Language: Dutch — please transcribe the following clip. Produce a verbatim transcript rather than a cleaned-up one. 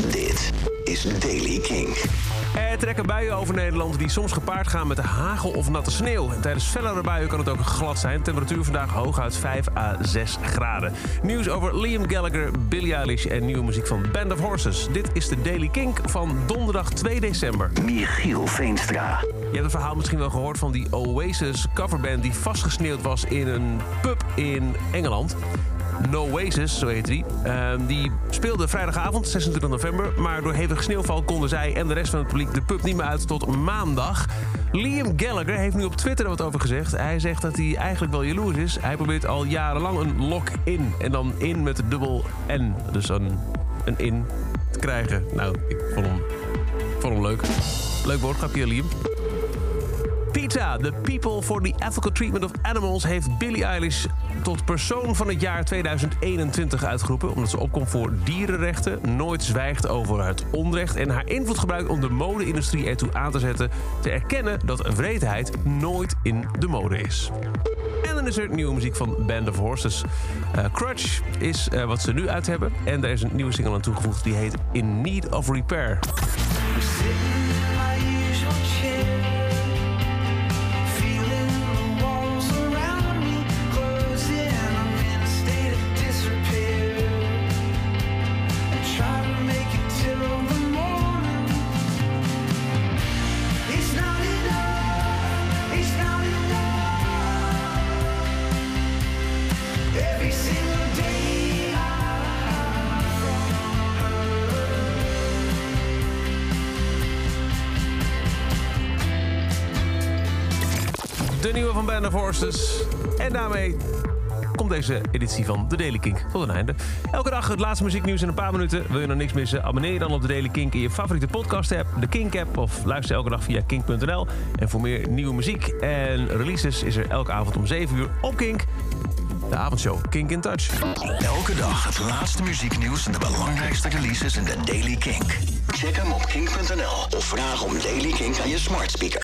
Dit is Daily King. Er trekken buien over Nederland die soms gepaard gaan met hagel of natte sneeuw. En tijdens fellere buien kan het ook glad zijn. Temperatuur vandaag hooguit vijf à zes graden. Nieuws over Liam Gallagher, Billie Eilish en nieuwe muziek van Band of Horses. Dit is de Daily King van donderdag twee december. Michiel Veenstra. Je hebt het verhaal misschien wel gehoord van die Oasis coverband die vastgesneeuwd was in een pub in Engeland. Noasis, zo heet die. Uh, die speelde vrijdagavond, zesentwintig november. Maar door hevige sneeuwval konden zij en de rest van het publiek de pub niet meer uit tot maandag. Liam Gallagher heeft nu op Twitter er wat over gezegd. Hij zegt dat hij eigenlijk wel jaloers is. Hij probeert al jarenlang een lock-in. En dan in met dubbel N. Dus een, een in te krijgen. Nou, ik vond hem, vond hem leuk. Leuk woordgrapje, Liam. PETA, the People for the Ethical Treatment of Animals, heeft Billie Eilish tot persoon van het jaar tweeduizend eenentwintig uitgeroepen. Omdat ze opkomt voor dierenrechten, nooit zwijgt over het onrecht en haar invloed gebruikt om de mode-industrie ertoe aan te zetten te erkennen dat wreedheid nooit in de mode is. En dan is er nieuwe muziek van Band of Horses. Uh, Crutch is uh, wat ze nu uit hebben. En er is een nieuwe single aan toegevoegd die heet In Need of Repair. De nieuwe van Band of Horses. En daarmee komt deze editie van The Daily Kink tot een einde. Elke dag het laatste muzieknieuws in een paar minuten. Wil je nog niks missen? Abonneer je dan op The Daily Kink in je favoriete podcast-app, de Kink-app, of luister elke dag via kink punt n l. En voor meer nieuwe muziek en releases is er elke avond om zeven uur op Kink de avondshow Kink in Touch. Elke dag het laatste muzieknieuws en de belangrijkste releases in de Daily Kink. Check hem op kink punt n l of vraag om Daily Kink aan je smart speaker.